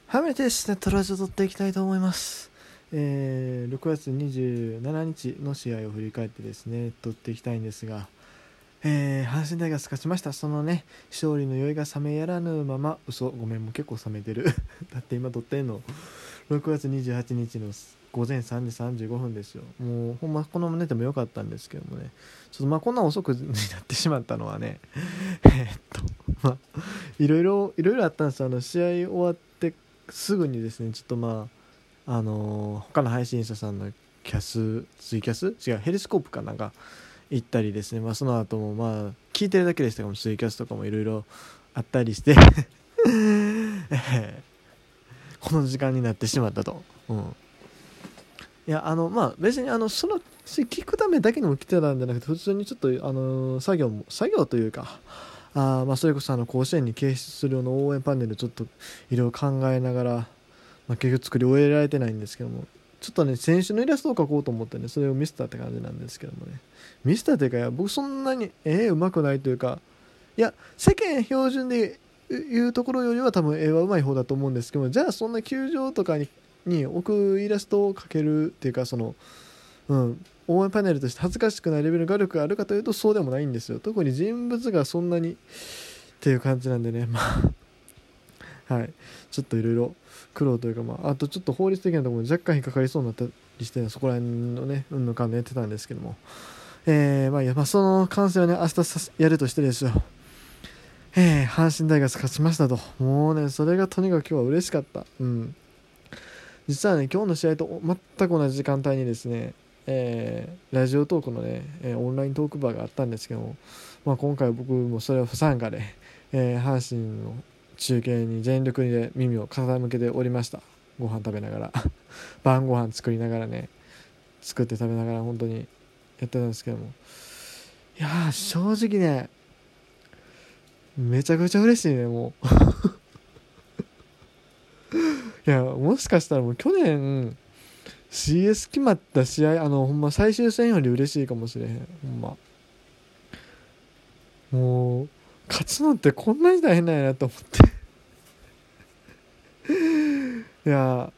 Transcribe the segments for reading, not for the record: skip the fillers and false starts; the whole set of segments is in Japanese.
初めてですね、トラジオ撮っていきたいと思います。6月27日の試合を振り返ってですね、撮っていきたいんですが、阪神タイガース勝ちました。そのね、勝利の酔いが冷めやらぬまま、ごめん、もう結構冷めてる。だって今撮ってんの、6月28日の午前3時35分ですよ。もうほんまこのまま寝てもよかったんですけどもね、ちょっとこんな遅くになってしまったのはね、まあ、いろいろあったんですよ。試合終わってすぐにですね、ちょっと他の配信者さんのツイキャス違うヘリスコープかなんか行ったりですね、その後も聞いてるだけでしたけどツイキャスとかもいろいろあったりしてこの時間になってしまったと。いや別にその聞くためだけにも来てたんじゃなくて、普通にちょっと作業というか、それこそ甲子園に掲出するような応援パネルちょっといろいろ考えながら、結局作り終えられてないんですけども、ちょっとね選手のイラストを描こうと思ってね、それを見せたって感じなんですけどもね。見せたというか、いや僕そんなにうまくないというか、いや世間標準でいうところよりは多分絵はうまい方だと思うんですけども、じゃあそんな球場とかに置くイラストを描けるっていうか、応援パネルとして恥ずかしくないレベルの画力があるかというとそうでもないんですよ。特に人物がそんなにっていう感じなんでね、はい、ちょっといろいろ苦労というか、あとちょっと法律的なところに若干引っかかりそうになったりして、そこら辺のねの関連やってたんですけども、その完成はね明日やるとしてですよ、阪神タイガース勝ちましたと。もうねそれがとにかく今日は嬉しかった。実はね今日の試合と全く同じ時間帯にですね、ラジオトークのね、オンライントークバーがあったんですけども、今回僕もそれを不参加で、阪神の中継に全力で耳を傾けておりました。ご飯食べながら晩ご飯作りながらね、作って食べながら本当にやってたんですけども、いやー正直ねめちゃくちゃ嬉しいね。もういやもしかしたらもう去年 CS 決まった試合ほんま最終戦より嬉しいかもしれへん。ほんまもう勝つのってこんなに大変なんやなと思っていや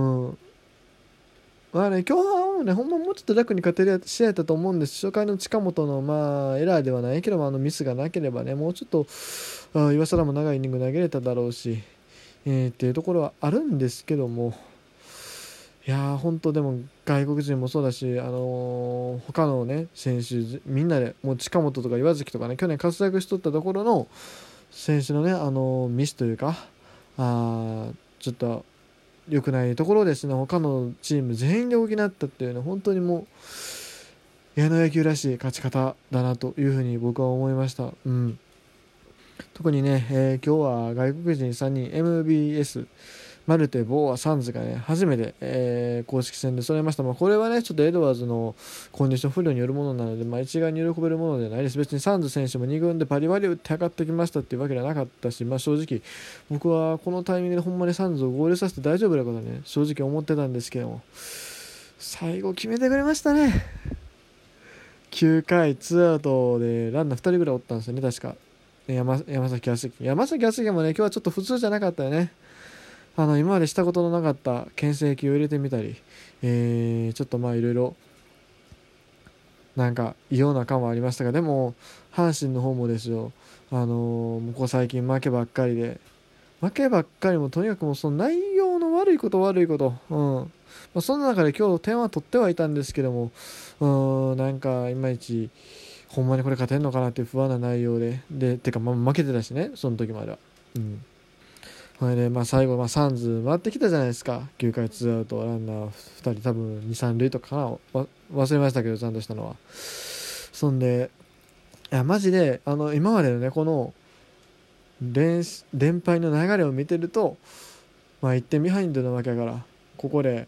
今日はねほんまもうちょっと楽に勝てる試合だったと思うんです。初回の近本のエラーではないけどミスがなければね、もうちょっと岩貞も長いイニング投げれただろうし、っていうところはあるんですけども、いやー本当でも外国人もそうだし、他のね選手みんなでもう近本とか岩崎とかね去年活躍しとったところの選手のねミスというか、ちょっと良くないところですね、他のチーム全員で補ったっていうのは本当にもう矢野野球らしい勝ち方だなというふうに僕は思いました。特にね、今日は外国人3人 MBSマルテ、ボーア、サンズがね初めて、公式戦で揃いました。これはねちょっとエドワーズのコンディション不良によるものなので、一概に喜べるものではないです。別にサンズ選手も2軍でバリバリ打って上がってきましたっていうわけではなかったし、正直僕はこのタイミングでほんまにサンズを合流させて大丈夫だことはね正直思ってたんですけども、最後決めてくれましたね。9回ツーアウトでランナー2人ぐらいおったんですよね確か。山崎康樹もね今日はちょっと普通じゃなかったよね。今までしたことのなかった牽制球を入れてみたり、ちょっといろいろなんか異様な感はありましたが、でも阪神の方もですよ、ここ最近負けばっかりもとにかくもうその内容の悪いこと、その中で今日点は取ってはいたんですけども、なんかいまいちほんまにこれ勝てんのかなっていう不安な内容でてか負けてたしねその時までは。それで最後サンズ回ってきたじゃないですか。9回ツーアウトランナー2人多分 2,3 塁とかかな、忘れましたけどちゃんとしたのは。そんでいやマジで今までのねこの連敗の流れを見てると、1点ビハインドなわけだから、ここで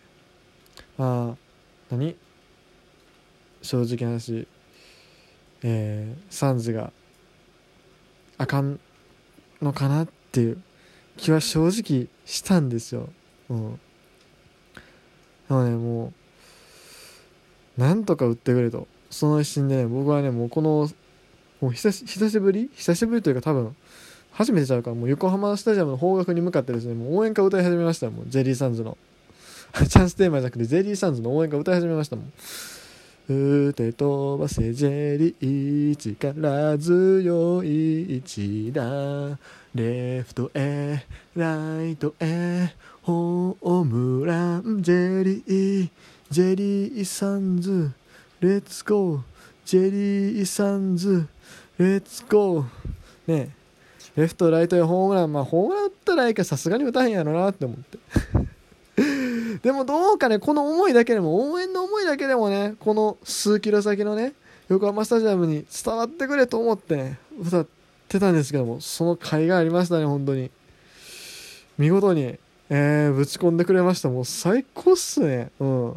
正直な話、サンズがあかんのかなっていう気は正直したんですよ。なのでもうなんとか打ってくれと、その一心でね僕はねもうこのもう久しぶりというか多分初めてちゃうから、もう横浜スタジアムの方角に向かってですね、もう応援歌歌い始めましたよ。もうジェリーサンズのチャンステーマじゃなくてジェリーサンズの応援歌歌い始めましたもん。打て飛ばせジェリー、力強い一打、レフトへライトへホームラン、ジェリー、ジェリーサンズレッツゴー、ジェリーサンズレッツゴーね。レフトライトへホームラン、ホームラン打ったらいいからさすがに打たへんやろなって思ってでもどうかね、この思いだけでも、応援の思いだけでもね、この数キロ先のね横浜スタジアムに伝わってくれと思ってね歌ってたんですけども、その甲斐がありましたね。本当に見事に、ぶち込んでくれました。もう最高っすね。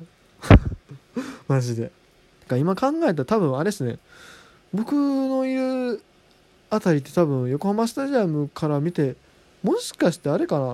マジで。今考えたら多分あれですね、僕のいるあたりって多分横浜スタジアムから見て、もしかしてあれかな、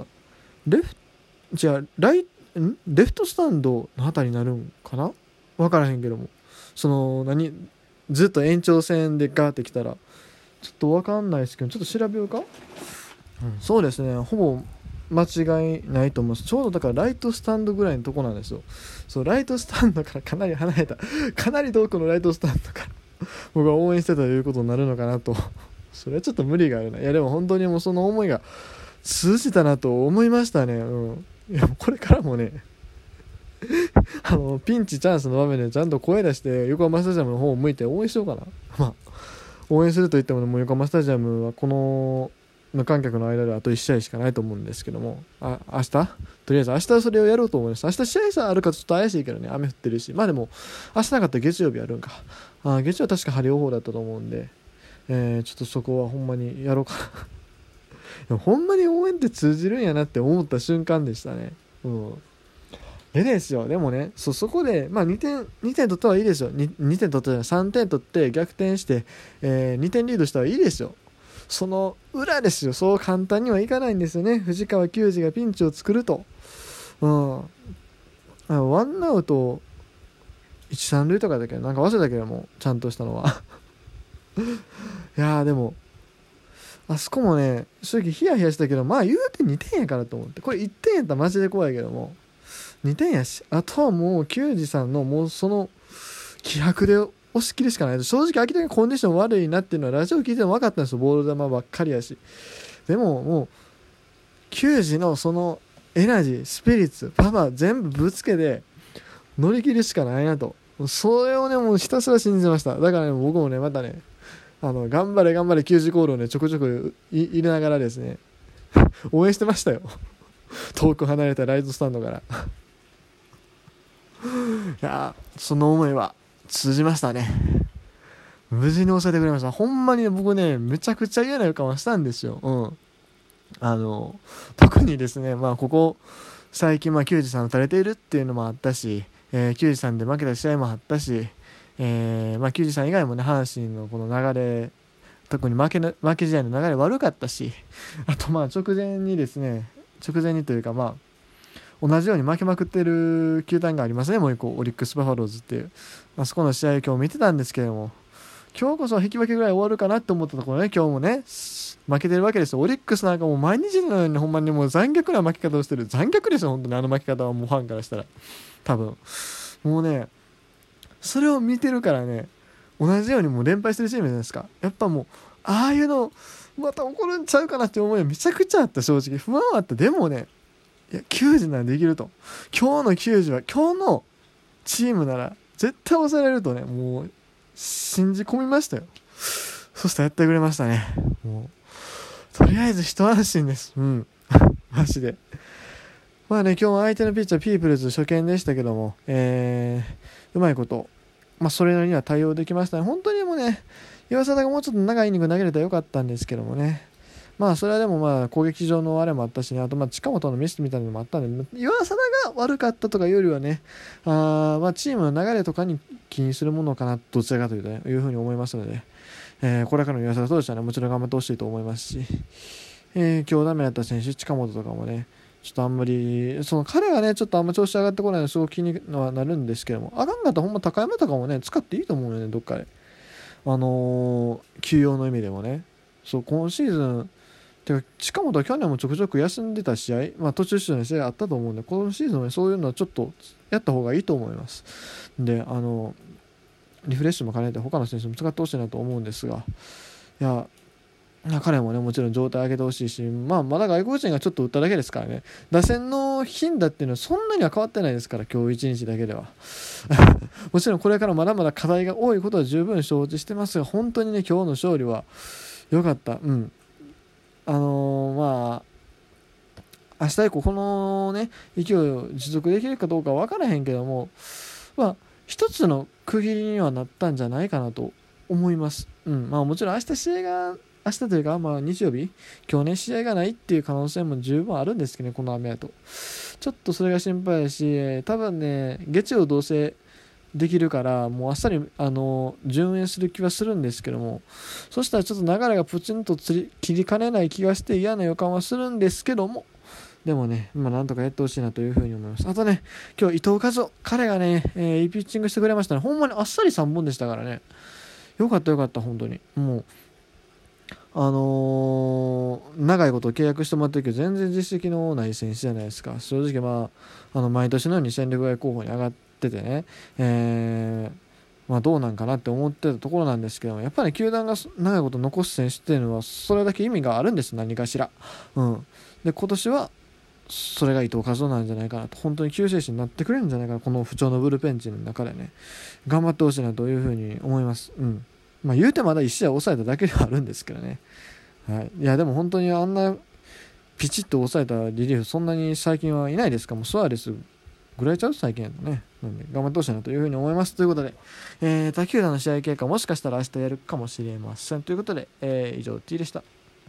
レフトスタンドのあたりになるんかな、分からへんけども、そのずっと延長戦でガーってきたらちょっと分かんないですけど、ちょっと調べようか。そうですね、ほぼ間違いないと思います。ちょうどだからライトスタンドぐらいのとこなんですよ。そう、ライトスタンドからかなり離れたかなり遠くのライトスタンドから僕は応援してたということになるのかなとそれはちょっと無理があるな。いやでも本当にもうその思いが通じたなと思いましたね。いやこれからもねピンチチャンスの場面でちゃんと声出して横浜スタジアムの方を向いて応援しようかな。応援するといっても、もう横浜スタジアムはこの無観客の間であと1試合しかないと思うんですけども、明日とりあえず明日それをやろうと思います。明日試合さあるかちょっと怪しいけどね、雨降ってるし、でも明日なかったら月曜日やるんか。月曜は確か晴れ予報だったと思うんで、ちょっとそこはほんまにやろうかなでもほんまに応援って通じるんやなって思った瞬間でしたね。でですよ、でもね、そこで、2点取ったはいいですよ。2点取ったじゃない、3点取って逆転して、2点リードしたはいいですよ。その裏ですよ。そう簡単にはいかないんですよね。藤川球児がピンチを作ると、ワンアウト1、3塁とかだけど、なんか忘れたけども、ちゃんとしたのはいやでもあそこもね、正直ヒヤヒヤしたけど、言うて2点やからと思って、これ1点やったらマジで怖いけども、2点やし、あとはもう球児さんのもうその気迫で押し切るしかない。正直明らかにコンディション悪いなっていうのはラジオ聞いても分かったんですよ。ボール球ばっかりやし。でももう球児のそのエナジー、スピリッツ、パワー全部ぶつけて乗り切るしかないなと、それをねもうひたすら信じました。だからね、僕もねまたね頑張れ頑張れ球児コールをねちょくちょく入れながらですね応援してましたよ遠く離れたライトスタンドからいやその思いは通じましたね。無事に抑えてくれました。ほんまにね、僕ねめちゃくちゃ嫌な予感はしたんですよ。特にですね、ここ最近球児さん打たれているっていうのもあったし、球児さんで負けた試合もあったし、球児さん以外もね阪神のこの流れ、特に負け試合の流れ悪かったし、あと直前にというか同じように負けまくってる球団がありますね。もう一個オリックスバファローズっていう、そこの試合を今日見てたんですけども、今日こそ引き分けぐらい終わるかなって思ったところね、今日もね負けてるわけですよ。オリックスなんかもう毎日のようにほんまにもう残虐な負け方をしてる。残虐ですよ本当に。負け方はもうファンからしたら多分もうね、それを見てるからね、同じようにもう連敗してるチームじゃないですか。やっぱもうああいうのまた起こるんちゃうかなって思いはめちゃくちゃあった。正直不安はあった。でもね、いや球児ならできると、今日の球児は今日のチームなら絶対抑えられるとね、もう信じ込みましたよ。そしたらやってくれましたね。もうとりあえず一安心です。マジで。今日は相手のピッチャーピープルズ初見でしたけども、うまいことそれなりには対応できましたね。本当にもうね、岩貞がもうちょっと長いイニング投げれたらよかったんですけどもね、それはでも攻撃上のあれもあったしね、あと近本のミスみたいなのもあったんで、岩貞が悪かったとかいうよりはね、チームの流れとかに気にするものかな、どちらかというと、いうふうに思いますので、これからの岩貞投手はねもちろん頑張ってほしいと思いますし、今日ダメだった選手近本とかもね、ちょっとあんまり彼がねちょっとあんま調子上がってこないのすごく気にはなるんですけども、あかんかったらほんま高山とかもね使っていいと思うよね、どっかで休養の意味でもね。今シーズンてか近本は去年もちょくちょく休んでた試合、途中出場の試合あったと思うんで、このシーズンはそういうのはちょっとやった方がいいと思います。でリフレッシュも兼ねて他の選手も使ってほしいなと思うんですが、いや彼もねもちろん状態上げてほしいし、まだ外国人がちょっと打っただけですからね、打線の頻打っていうのはそんなには変わってないですから、今日1日だけではもちろんこれからまだまだ課題が多いことは十分承知してますが、本当にね今日の勝利は良かった。明日以降このね勢いを持続できるかどうかは分からへんけども、一つの区切りにはなったんじゃないかなと思います。もちろん明日というか、日曜日今日ね試合がないっていう可能性も十分あるんですけどね、この雨だとちょっとそれが心配だし、多分ね月曜どうせできるからもうあっさり順延する気はするんですけども、そしたらちょっと流れがプチンと切りかねない気がして嫌な予感はするんですけども、でもねなんとかやってほしいなというふうに思います。あとね今日伊藤和夫彼がね、いいピッチングしてくれましたね。ほんまにあっさり3本でしたからね、よかった本当に。もう長いこと契約してもらってるけど全然実績のない選手じゃないですか。正直毎年のように戦力外候補に上がっててね、どうなんかなって思ってたところなんですけども、やっぱり球団が長いこと残す選手っていうのはそれだけ意味があるんです、何かしら。で今年はそれが伊藤和夫なんじゃないかなと、本当に救世主になってくれるんじゃないかな、この不調のブルペンチの中でね頑張ってほしいなというふうに思います。言うてまだ1試合抑えただけではあるんですけどね。いやでも本当にあんなピチッと抑えたリリーフそんなに最近はいないですか。もうソアレスぐらいちゃう最近やとね。なんで頑張ってほしいなというふうに思います。ということで、他球団の試合結果もしかしたら明日やるかもしれませんということで、以上 T でした。